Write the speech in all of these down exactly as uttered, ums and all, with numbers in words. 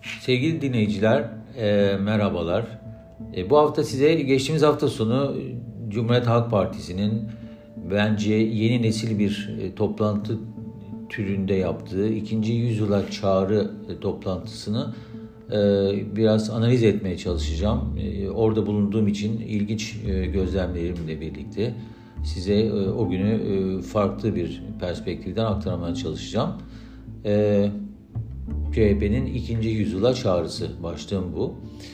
Sevgili dinleyiciler, e, merhabalar. E, bu hafta size geçtiğimiz hafta sonu Cumhuriyet Halk Partisi'nin bence yeni nesil bir e, toplantı türünde yaptığı ikinci yüzyıla çağrı e, toplantısını e, biraz analiz etmeye çalışacağım. E, orada bulunduğum için ilginç e, gözlemlerimle birlikte size e, o günü e, farklı bir perspektiften aktarmaya çalışacağım. E, C H P'nin ikinci yüzyıla çağrısı başlığım bu.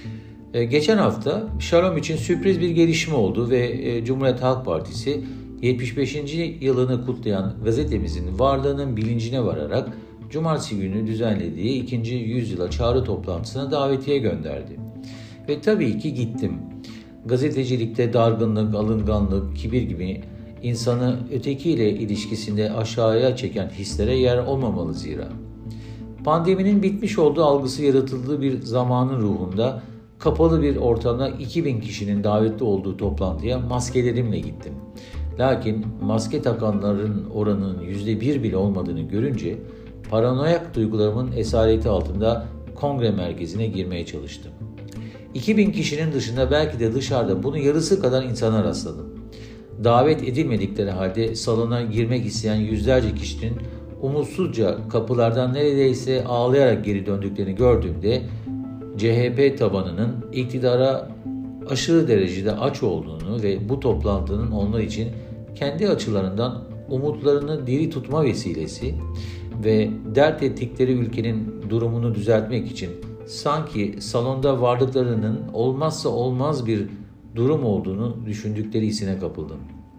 Ee, geçen hafta Şalom için sürpriz bir gelişme oldu ve e, Cumhuriyet Halk Partisi yetmiş beşinci yılını kutlayan gazetemizin varlığının bilincine vararak Cumartesi günü düzenlediği ikinci yüzyıla çağrı toplantısına davetiye gönderdi. Ve tabii ki gittim. Gazetecilikte dargınlık, alınganlık, kibir gibi insanı ötekiyle ilişkisinde aşağıya çeken hislere yer olmamalı zira. Pandeminin bitmiş olduğu algısı yaratıldığı bir zamanın ruhunda kapalı bir ortamda iki bin kişinin davetli olduğu toplantıya maskelerimle gittim. Lakin maske takanların oranının yüzde bir bile olmadığını görünce paranoyak duygularımın esareti altında kongre merkezine girmeye çalıştım. iki bin kişinin dışında belki de dışarıda bunun yarısı kadar insana rastladım. Davet edilmedikleri halde salona girmek isteyen yüzlerce kişinin umutsuzca kapılardan neredeyse ağlayarak geri döndüklerini gördüğümde C H P tabanının iktidara aşırı derecede aç olduğunu ve bu toplantının onlar için kendi açılarından umutlarını diri tutma vesilesi ve dert ettikleri ülkenin durumunu düzeltmek için sanki salonda varlıklarının olmazsa olmaz bir durum olduğunu düşündükleri hissine kapıldım.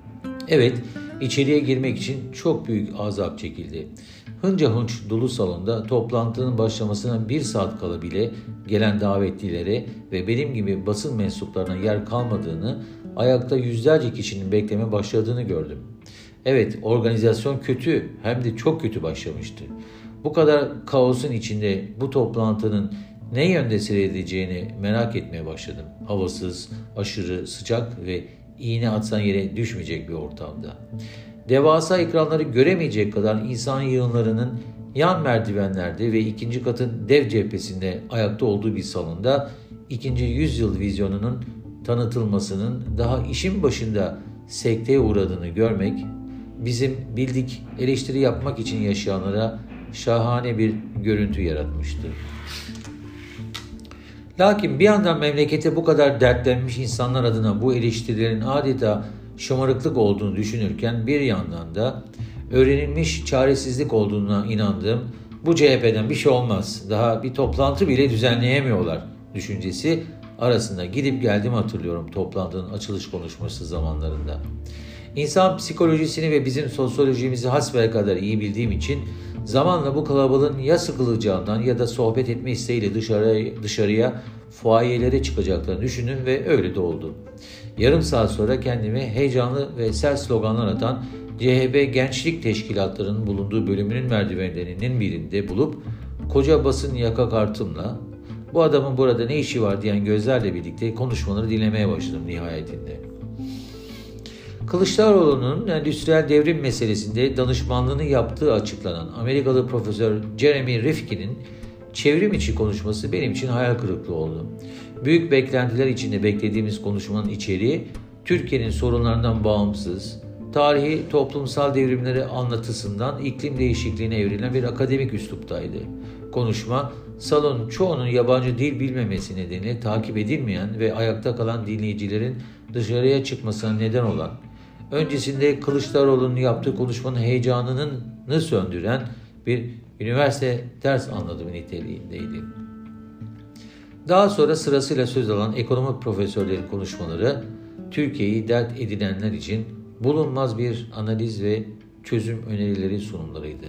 Evet, içeriye girmek için çok büyük azap çekildi. Hınca hınç dolu salonda toplantının başlamasına bir saat kala bile gelen davetlilere ve benim gibi basın mensuplarına yer kalmadığını, ayakta yüzlerce kişinin bekleme başladığını gördüm. Evet, organizasyon kötü, hem de çok kötü başlamıştı. Bu kadar kaosun içinde bu toplantının ne yönde seyredeceğini merak etmeye başladım. Havasız, aşırı sıcak ve iğne atsan yere düşmeyecek bir ortamda. Devasa ekranları göremeyecek kadar insan yığınlarının yan merdivenlerde ve ikinci katın dev cephesinde ayakta olduğu bir salonda ikinci yüzyıl vizyonunun tanıtılmasının daha işin başında sekteye uğradığını görmek, bizim bildik eleştiri yapmak için yaşayanlara şahane bir görüntü yaratmıştı. Lakin bir yandan memlekete bu kadar dertlenmiş insanlar adına bu eleştirilerin adeta şımarıklık olduğunu düşünürken bir yandan da öğrenilmiş çaresizlik olduğuna inandığım bu C H P'den bir şey olmaz, daha bir toplantı bile düzenleyemiyorlar düşüncesi arasında gidip geldiğimi hatırlıyorum toplantının açılış konuşması zamanlarında. İnsan psikolojisini ve bizim sosyolojimizi hasbelkader iyi bildiğim için zamanla bu kalabalığın ya sıkılacağından ya da sohbet etme isteğiyle dışarıya, dışarıya fuayelere çıkacaklarını düşündüm ve öyle de oldu. Yarım saat sonra kendimi heyecanlı ve sert sloganlar atan C H P Gençlik Teşkilatlarının bulunduğu bölümünün merdivenlerinin birinde bulup koca basın yaka kartımla bu adamın burada ne işi var diyen gözlerle birlikte konuşmaları dinlemeye başladım nihayetinde. Kılıçdaroğlu'nun endüstriyel devrim meselesinde danışmanlığını yaptığı açıklanan Amerikalı Profesör Jeremy Rifkin'in çevrim içi konuşması benim için hayal kırıklığı oldu. Büyük beklentiler içinde beklediğimiz konuşmanın içeriği Türkiye'nin sorunlarından bağımsız, tarihi toplumsal devrimleri anlatısından iklim değişikliğine evrilen bir akademik üsluptaydı. Konuşma, salonun çoğunun yabancı dil bilmemesi nedeniyle takip edilmeyen ve ayakta kalan dinleyicilerin dışarıya çıkmasına neden olan, öncesinde Kılıçdaroğlu'nun yaptığı konuşmanın heyecanını söndüren bir üniversite ders anlatımı niteliğindeydi. Daha sonra sırasıyla söz alan ekonomi profesörlerin konuşmaları, Türkiye'yi dert edinenler için bulunmaz bir analiz ve çözüm önerileri sunumlarıydı.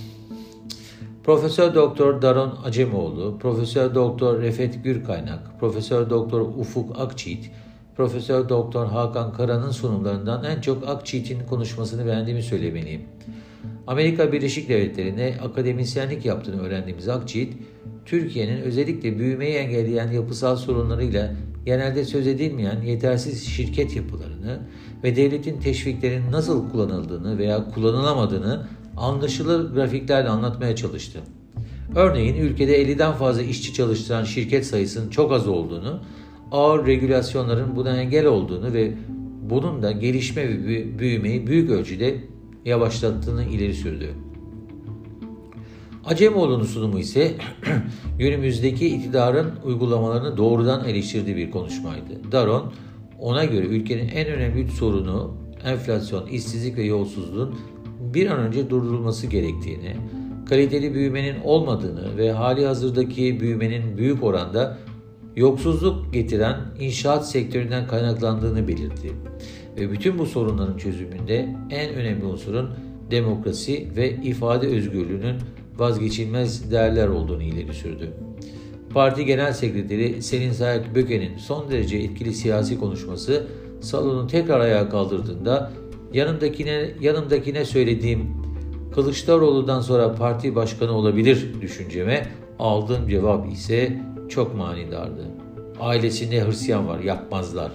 Profesör Doktor Daron Acemoğlu, Profesör Doktor Refet Gürkaynak, Profesör Doktor Ufuk Akçiğit, Profesör Doktor Hakan Kara'nın sunumlarından en çok Akçiğit'in konuşmasını beğendiğimi söylemeliyim. Amerika Birleşik Devletleri'nde akademisyenlik yaptığını öğrendiğimiz Akçiğit, Türkiye'nin özellikle büyümeyi engelleyen yapısal sorunlarıyla genelde söz edilmeyen yetersiz şirket yapılarını ve devletin teşviklerinin nasıl kullanıldığını veya kullanılamadığını anlaşılır grafiklerle anlatmaya çalıştı. Örneğin ülkede elliden fazla işçi çalıştıran şirket sayısının çok az olduğunu, ağır regülasyonların buna engel olduğunu ve bunun da gelişme ve büyümeyi büyük ölçüde yavaşlattığını ileri sürdü. Acemoğlu'nun sunumu ise günümüzdeki iktidarın uygulamalarını doğrudan eleştirdiği bir konuşmaydı. Daron, ona göre ülkenin en önemli üç sorunu enflasyon, işsizlik ve yolsuzluğun bir an önce durdurulması gerektiğini, kaliteli büyümenin olmadığını ve hali hazırdaki büyümenin büyük oranda yoksulluk getiren inşaat sektöründen kaynaklandığını belirtti. Ve bütün bu sorunların çözümünde en önemli unsurun demokrasi ve ifade özgürlüğünün vazgeçilmez değerler olduğunu ileri sürdü. Parti Genel Sekreteri Selin Sayak Böke'nin son derece etkili siyasi konuşması salonu tekrar ayağa kaldırdığında yanımdakine, yanımdakine söylediğim Kılıçdaroğlu'dan sonra parti başkanı olabilir düşünceme aldığım cevap ise çok manidardı. Ailesinde Hristiyan var, yapmazlar.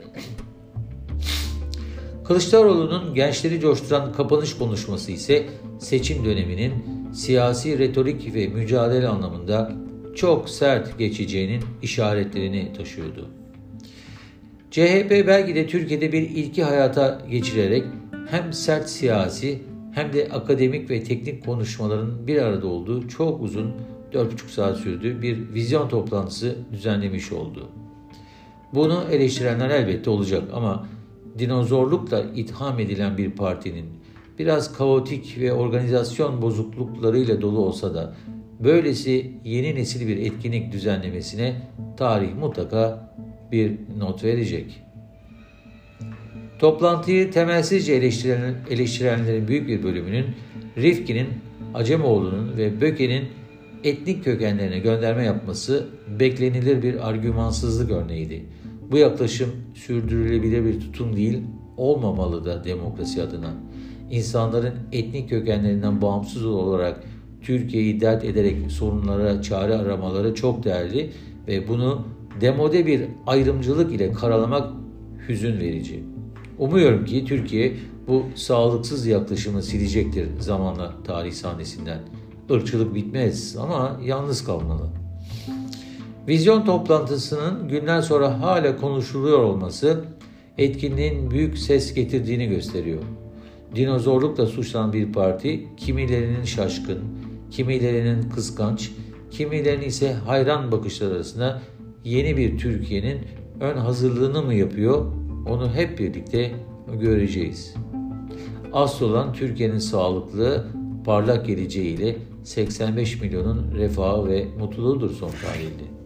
Kılıçdaroğlu'nun gençleri coşturan kapanış konuşması ise seçim döneminin siyasi retorik ve mücadele anlamında çok sert geçeceğinin işaretlerini taşıyordu. C H P belki de Türkiye'de bir ilki hayata geçirerek hem sert siyasi hem de akademik ve teknik konuşmaların bir arada olduğu çok uzun dört buçuk saat sürdüğü bir vizyon toplantısı düzenlemiş oldu. Bunu eleştirenler elbette olacak ama dinozorlukla itham edilen bir partinin biraz kaotik ve organizasyon bozukluklarıyla dolu olsa da böylesi yeni nesil bir etkinlik düzenlemesine tarih mutlaka bir not verecek. Toplantıyı temelsizce eleştiren, eleştirenlerin büyük bir bölümünün Rifkin'in, Acemoğlu'nun ve Böke'nin etnik kökenlerine gönderme yapması beklenilir bir argümansızlık örneğiydi. Bu yaklaşım sürdürülebilir bir tutum değil, olmamalı da demokrasi adına. İnsanların etnik kökenlerinden bağımsız olarak Türkiye'yi dert ederek sorunlara çare aramaları çok değerli ve bunu demode bir ayrımcılık ile karalamak hüzün verici. Umuyorum ki Türkiye bu sağlıksız yaklaşımı silecektir zamanla tarih sahnesinden. Irkçılık bitmez ama yalnız kalmalı. Vizyon toplantısının günler sonra hala konuşuluyor olması etkinliğin büyük ses getirdiğini gösteriyor. Dinozorlukla suçlanan bir parti kimilerinin şaşkın, kimilerinin kıskanç, kimilerinin ise hayran bakışlar arasında yeni bir Türkiye'nin ön hazırlığını mı yapıyor? Onu hep birlikte göreceğiz. Asıl olan Türkiye'nin sağlıklı, parlak geleceğiyle seksen beş milyonun refahı ve mutluluğudur son tahlilde.